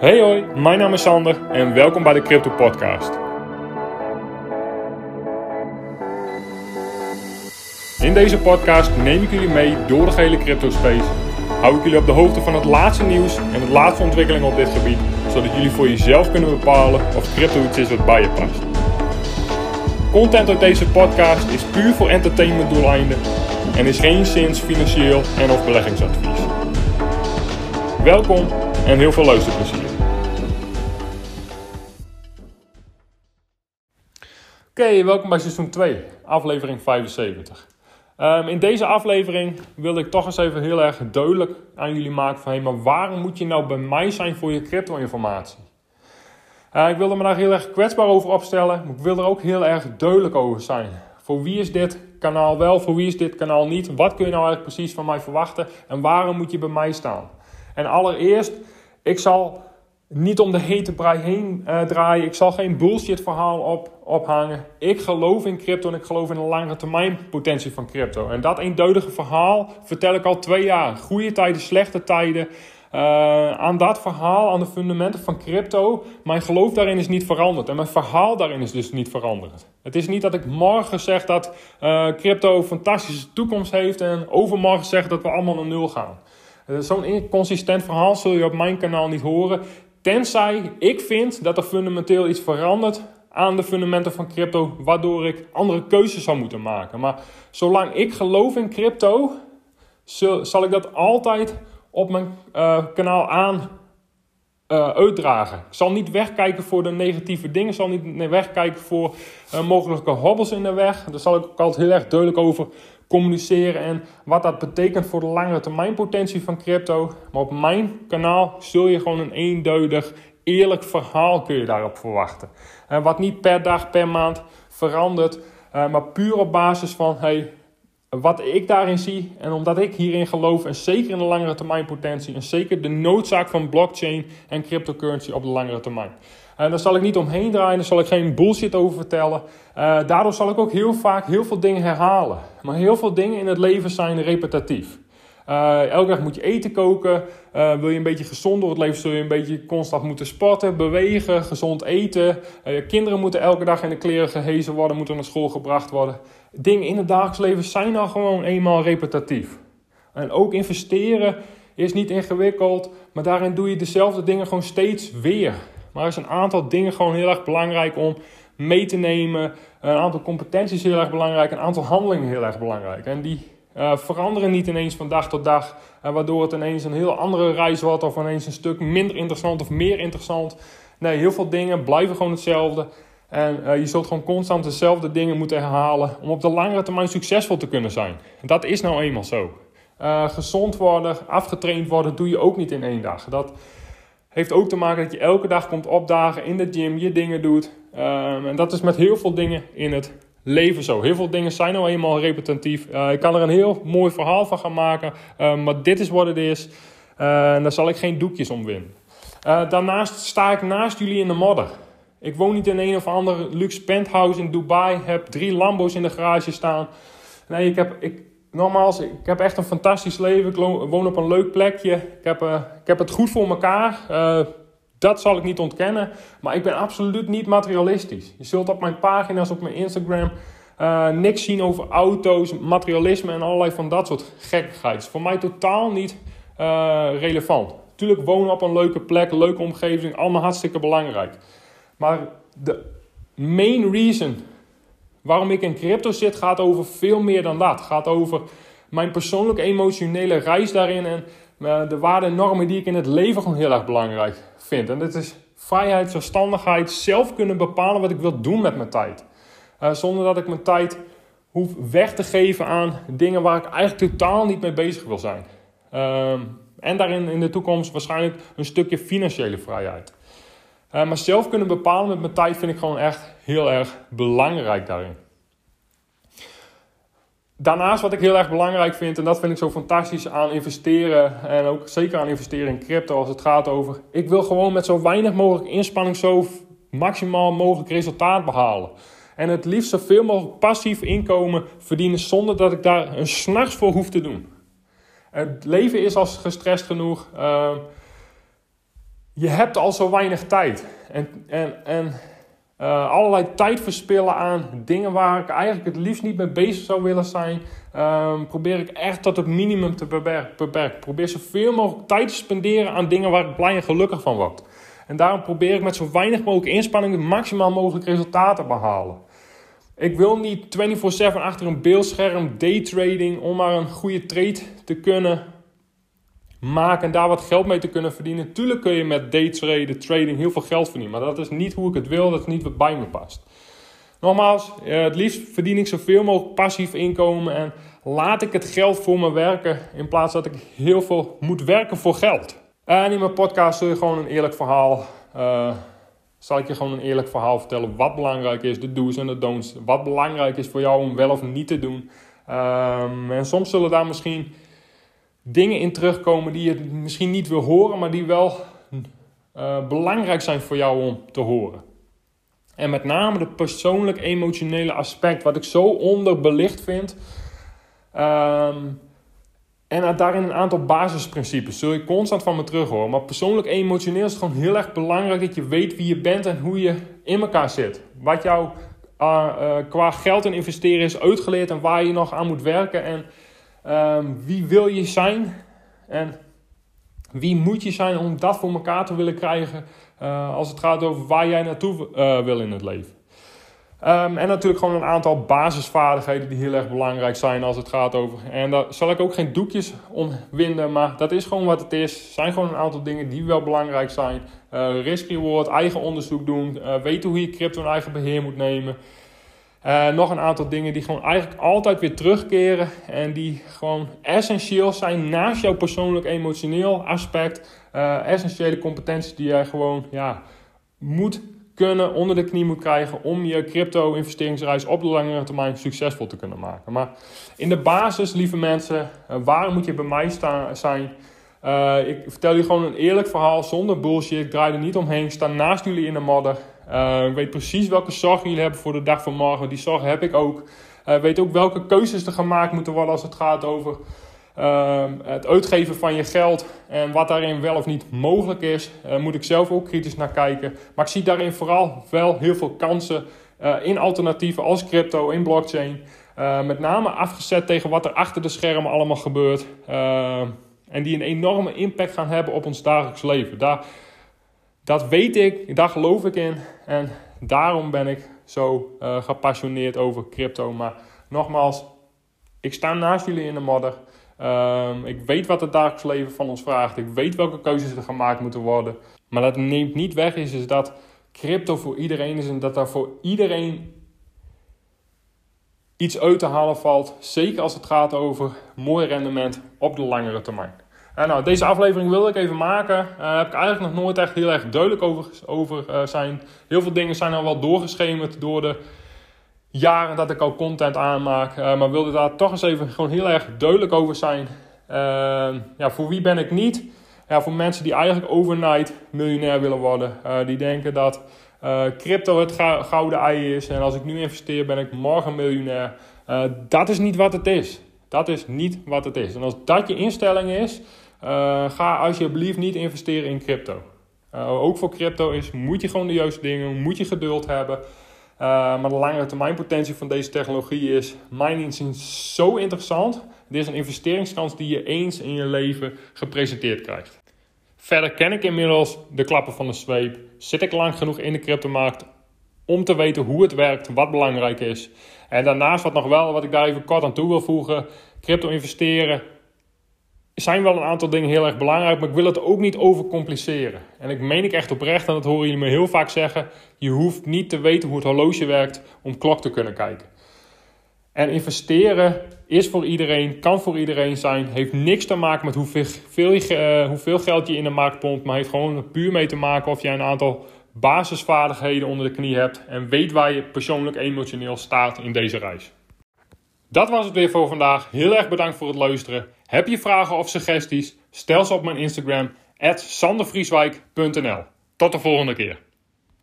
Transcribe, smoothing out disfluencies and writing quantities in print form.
Hey hoi, mijn naam is Sander en welkom bij de Crypto Podcast. In deze podcast neem ik jullie mee door de gehele crypto space. Hou ik jullie op de hoogte van het laatste nieuws en de laatste ontwikkelingen op dit gebied, zodat jullie voor jezelf kunnen bepalen of crypto iets is wat bij je past. Content uit deze podcast is puur voor entertainment doeleinden en is geen zins financieel en of beleggingsadvies. Welkom en heel veel luisterplezier. Oké, welkom bij seizoen 2, aflevering 75. In deze aflevering wilde ik toch eens even heel erg duidelijk aan jullie maken van... maar waarom moet je nou bij mij zijn voor je crypto-informatie? Ik wilde me daar heel erg kwetsbaar over opstellen, maar ik wil er ook heel erg duidelijk over zijn. Voor wie is dit kanaal wel, voor wie is dit kanaal niet? Wat kun je nou eigenlijk precies van mij verwachten en waarom moet je bij mij staan? En allereerst, ik zal niet om de hete brei heen draaien. Ik zal geen bullshit verhaal ophangen. Ik geloof in crypto en ik geloof in de langere termijn potentie van crypto. En dat eenduidige verhaal vertel ik al 2 jaar. Goede tijden, slechte tijden. Aan dat verhaal, aan de fundamenten van crypto, mijn geloof daarin is niet veranderd. En mijn verhaal daarin is dus niet veranderd. Het is niet dat ik morgen zeg dat crypto een fantastische toekomst heeft en overmorgen zeg dat we allemaal naar nul gaan. Zo'n inconsistent verhaal zul je op mijn kanaal niet horen. Tenzij ik vind dat er fundamenteel iets verandert aan de fundamenten van crypto, waardoor ik andere keuzes zou moeten maken. Maar zolang ik geloof in crypto, zal ik dat altijd op mijn kanaal uitdragen. Ik zal niet wegkijken voor de negatieve dingen, ik zal niet wegkijken voor mogelijke hobbels in de weg. Daar zal ik ook altijd heel erg duidelijk over communiceren en wat dat betekent voor de langere termijn potentie van crypto. Maar op mijn kanaal zul je gewoon een eenduidig, eerlijk verhaal kun je daarop verwachten. Wat niet per dag, per maand verandert, maar puur op basis van wat ik daarin zie en omdat ik hierin geloof en zeker in de langere termijn potentie en zeker de noodzaak van blockchain en cryptocurrency op de langere termijn. Daar zal ik niet omheen draaien, daar zal ik geen bullshit over vertellen. Daardoor zal ik ook heel vaak heel veel dingen herhalen. Maar heel veel dingen in het leven zijn repetitief. Elke dag moet je eten koken. Wil je een beetje gezond door het leven, zul je een beetje constant moeten sporten, bewegen, gezond eten. Kinderen moeten elke dag in de kleren gehezen worden, moeten naar school gebracht worden. Dingen in het dagelijks leven zijn al gewoon eenmaal repetitief. En ook investeren is niet ingewikkeld, maar daarin doe je dezelfde dingen gewoon steeds weer. Maar er is een aantal dingen gewoon heel erg belangrijk om mee te nemen. Een aantal competenties heel erg belangrijk. Een aantal handelingen heel erg belangrijk. En die veranderen niet ineens van dag tot dag. Waardoor het ineens een heel andere reis wordt. Of ineens een stuk minder interessant of meer interessant. Nee, heel veel dingen blijven gewoon hetzelfde. En je zult gewoon constant dezelfde dingen moeten herhalen. Om op de langere termijn succesvol te kunnen zijn. Dat is nou eenmaal zo. Gezond worden, afgetraind worden doe je ook niet in 1 dag. Dat heeft ook te maken dat je elke dag komt opdagen in de gym, je dingen doet. En dat is met heel veel dingen in het leven zo. Heel veel dingen zijn nou eenmaal repetitief. Ik kan er een heel mooi verhaal van gaan maken. Maar dit is wat het is. En daar zal ik geen doekjes om winnen. Daarnaast sta ik naast jullie in de modder. Ik woon niet in een of andere luxe penthouse in Dubai. Heb 3 Lambo's in de garage staan. Nee, ik heb echt een fantastisch leven. Ik woon op een leuk plekje. Ik heb het goed voor elkaar. Dat zal ik niet ontkennen. Maar ik ben absoluut niet materialistisch. Je zult op mijn pagina's, op mijn Instagram... niks zien over auto's, materialisme en allerlei van dat soort gekkigheid. Het is voor mij totaal niet relevant. Natuurlijk wonen op een leuke plek, leuke omgeving. Allemaal hartstikke belangrijk. Maar de main reason waarom ik in crypto zit, gaat over veel meer dan dat. Het gaat over mijn persoonlijke emotionele reis daarin en de waarden en normen die ik in het leven gewoon heel erg belangrijk vind. En dat is vrijheid, zelfstandigheid, zelf kunnen bepalen wat ik wil doen met mijn tijd. Zonder dat ik mijn tijd hoef weg te geven aan dingen waar ik eigenlijk totaal niet mee bezig wil zijn. En daarin in de toekomst waarschijnlijk een stukje financiële vrijheid. Maar zelf kunnen bepalen met mijn tijd vind ik gewoon echt heel erg belangrijk daarin. Daarnaast wat ik heel erg belangrijk vind, en dat vind ik zo fantastisch aan investeren, en ook zeker aan investeren in crypto als het gaat over, ik wil gewoon met zo weinig mogelijk inspanning zo maximaal mogelijk resultaat behalen. En het liefst zoveel mogelijk passief inkomen verdienen zonder dat ik daar een s'nachts voor hoef te doen. Het leven is al gestrest genoeg. je hebt al zo weinig tijd. En allerlei tijd verspillen aan dingen waar ik eigenlijk het liefst niet mee bezig zou willen zijn. Probeer ik echt tot het minimum te beperken. Probeer zoveel mogelijk tijd te spenderen aan dingen waar ik blij en gelukkig van word. En daarom probeer ik met zo weinig mogelijk inspanningen maximaal mogelijk resultaten te behalen. Ik wil niet 24/7 achter een beeldscherm daytrading om maar een goede trade te kunnen maken en daar wat geld mee te kunnen verdienen. Tuurlijk kun je met trading heel veel geld verdienen, maar dat is niet hoe ik het wil, dat is niet wat bij me past. Nogmaals, het liefst verdien ik zoveel mogelijk passief inkomen en laat ik het geld voor me werken in plaats dat ik heel veel moet werken voor geld. En in mijn podcast zal ik je gewoon een eerlijk verhaal vertellen wat belangrijk is, de do's en de don'ts. Wat belangrijk is voor jou om wel of niet te doen. En soms zullen daar misschien dingen in terugkomen die je misschien niet wil horen, maar die wel belangrijk zijn voor jou om te horen. En met name de persoonlijk-emotionele aspect, wat ik zo onderbelicht vind. En daarin een aantal basisprincipes zul je constant van me terug horen. Maar persoonlijk-emotioneel is het gewoon heel erg belangrijk dat je weet wie je bent en hoe je in elkaar zit. Wat jou qua geld en investeren is uitgeleerd en waar je nog aan moet werken. En wie wil je zijn en wie moet je zijn om dat voor elkaar te willen krijgen als het gaat over waar jij naartoe wil in het leven. En natuurlijk gewoon een aantal basisvaardigheden die heel erg belangrijk zijn als het gaat over. En daar zal ik ook geen doekjes om winden, maar dat is gewoon wat het is. Het zijn gewoon een aantal dingen die wel belangrijk zijn. Risk-reward, eigen onderzoek doen, weten hoe je crypto in eigen beheer moet nemen. Nog een aantal dingen die gewoon eigenlijk altijd weer terugkeren en die gewoon essentieel zijn naast jouw persoonlijk-emotioneel aspect. Essentiële competenties die jij gewoon moet kunnen, onder de knie moet krijgen om je crypto-investeringsreis op de langere termijn succesvol te kunnen maken. Maar in de basis, lieve mensen, waarom moet je bij mij zijn? Ik vertel je gewoon een eerlijk verhaal zonder bullshit. Ik draai er niet omheen. Ik sta naast jullie in de modder. Ik weet precies welke zorgen jullie hebben voor de dag van morgen. Die zorgen heb ik ook. Ik weet ook welke keuzes er gemaakt moeten worden als het gaat over het uitgeven van je geld. En wat daarin wel of niet mogelijk is. Moet ik zelf ook kritisch naar kijken. Maar ik zie daarin vooral wel heel veel kansen in alternatieven als crypto, in blockchain. Met name afgezet tegen wat er achter de schermen allemaal gebeurt. En die een enorme impact gaan hebben op ons dagelijks leven. Dat weet ik, daar geloof ik in. En daarom ben ik zo gepassioneerd over crypto. Maar nogmaals, ik sta naast jullie in de modder. Ik weet wat het dagelijks leven van ons vraagt. Ik weet welke keuzes er gemaakt moeten worden. Maar dat neemt niet weg is dat crypto voor iedereen is. En dat daar voor iedereen iets uit te halen valt. Zeker als het gaat over mooi rendement op de langere termijn. Deze aflevering wilde ik even maken. Heb ik eigenlijk nog nooit echt heel erg duidelijk over zijn. Heel veel dingen zijn al wel doorgeschemerd door de jaren dat ik al content aanmaak. Maar wilde daar toch eens even gewoon heel erg duidelijk over zijn. Voor wie ben ik niet? Voor mensen die eigenlijk overnight miljonair willen worden. Die denken dat crypto het gouden ei is. En als ik nu investeer ben ik morgen miljonair. Dat is niet wat het is. Dat is niet wat het is. En als dat je instelling is, ga alsjeblieft niet investeren in crypto. Ook voor crypto moet je gewoon de juiste dingen, moet je geduld hebben. Maar de langere termijn potentie van deze technologie is mijn inziens zo interessant. Dit is een investeringskans die je eens in je leven gepresenteerd krijgt. Verder ken ik inmiddels de klappen van de zweep. Zit ik lang genoeg in de cryptomarkt om te weten hoe het werkt, wat belangrijk is. En daarnaast wat ik daar even kort aan toe wil voegen. Crypto investeren zijn wel een aantal dingen heel erg belangrijk, maar ik wil het ook niet overcompliceren. En ik meen ik echt oprecht, en dat horen jullie me heel vaak zeggen. Je hoeft niet te weten hoe het horloge werkt om klok te kunnen kijken. En investeren is voor iedereen, kan voor iedereen zijn. Heeft niks te maken met hoeveel geld je in de markt pompt. Maar heeft gewoon puur mee te maken of je een aantal basisvaardigheden onder de knie hebt. En weet waar je persoonlijk emotioneel staat in deze reis. Dat was het weer voor vandaag. Heel erg bedankt voor het luisteren. Heb je vragen of suggesties? Stel ze op mijn Instagram @sandervrieswijk.nl. Tot de volgende keer.